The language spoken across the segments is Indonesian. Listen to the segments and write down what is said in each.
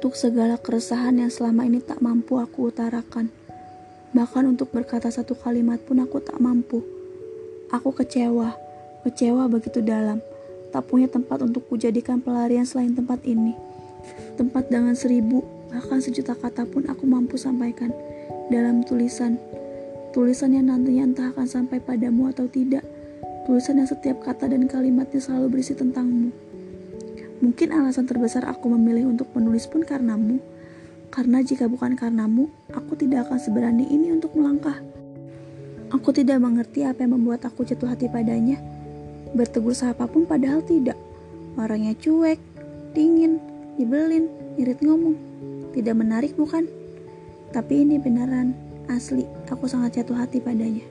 untuk segala keresahan yang selama ini tak mampu aku utarakan. Bahkan untuk berkata satu kalimat pun aku tak mampu. Aku kecewa begitu dalam. Tak punya tempat untuk kujadikan pelarian selain tempat ini. Tempat dengan 1000, bahkan 1.000.000 kata pun aku mampu sampaikan dalam tulisan. Tulisan yang nantinya entah akan sampai padamu atau tidak. Tulisan yang setiap kata dan kalimatnya selalu berisi tentangmu. Mungkin alasan terbesar aku memilih untuk menulis pun karenamu. Karena jika bukan karenamu, aku tidak akan seberani ini untuk melangkah. Aku tidak mengerti apa yang membuat aku jatuh hati padanya. Bertegur sapa pun padahal tidak. Orangnya cuek, dingin, nyebelin, irit ngomong. Tidak menarik bukan? Tapi ini beneran, asli, aku sangat jatuh hati padanya.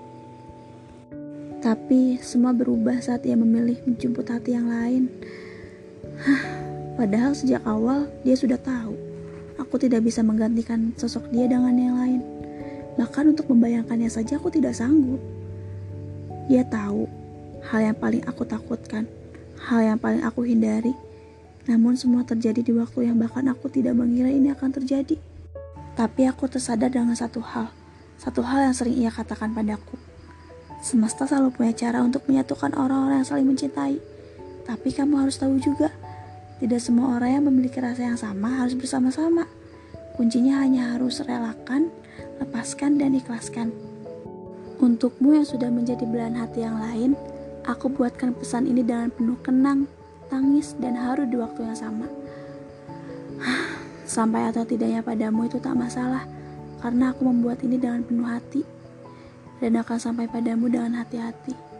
Tapi semua berubah saat ia memilih menjemput hati yang lain. Padahal sejak awal dia sudah tahu aku tidak bisa menggantikan sosok dia dengan yang lain. Bahkan untuk membayangkannya saja aku tidak sanggup. Dia tahu hal yang paling aku takutkan, hal yang paling aku hindari. Namun semua terjadi di waktu yang bahkan aku tidak mengira ini akan terjadi. Tapi aku tersadar dengan satu hal yang sering ia katakan padaku. Semesta selalu punya cara untuk menyatukan orang-orang yang saling mencintai. Tapi kamu harus tahu juga, tidak semua orang yang memiliki rasa yang sama harus bersama-sama. Kuncinya hanya harus relakan, lepaskan, dan ikhlaskan. Untukmu yang sudah menjadi belahan hati yang lain, aku buatkan pesan ini dengan penuh kenang, tangis, dan haru di waktu yang sama. Sampai atau tidaknya padamu itu tak masalah, karena aku membuat ini dengan penuh hati, dan akan sampai padamu dengan hati-hati.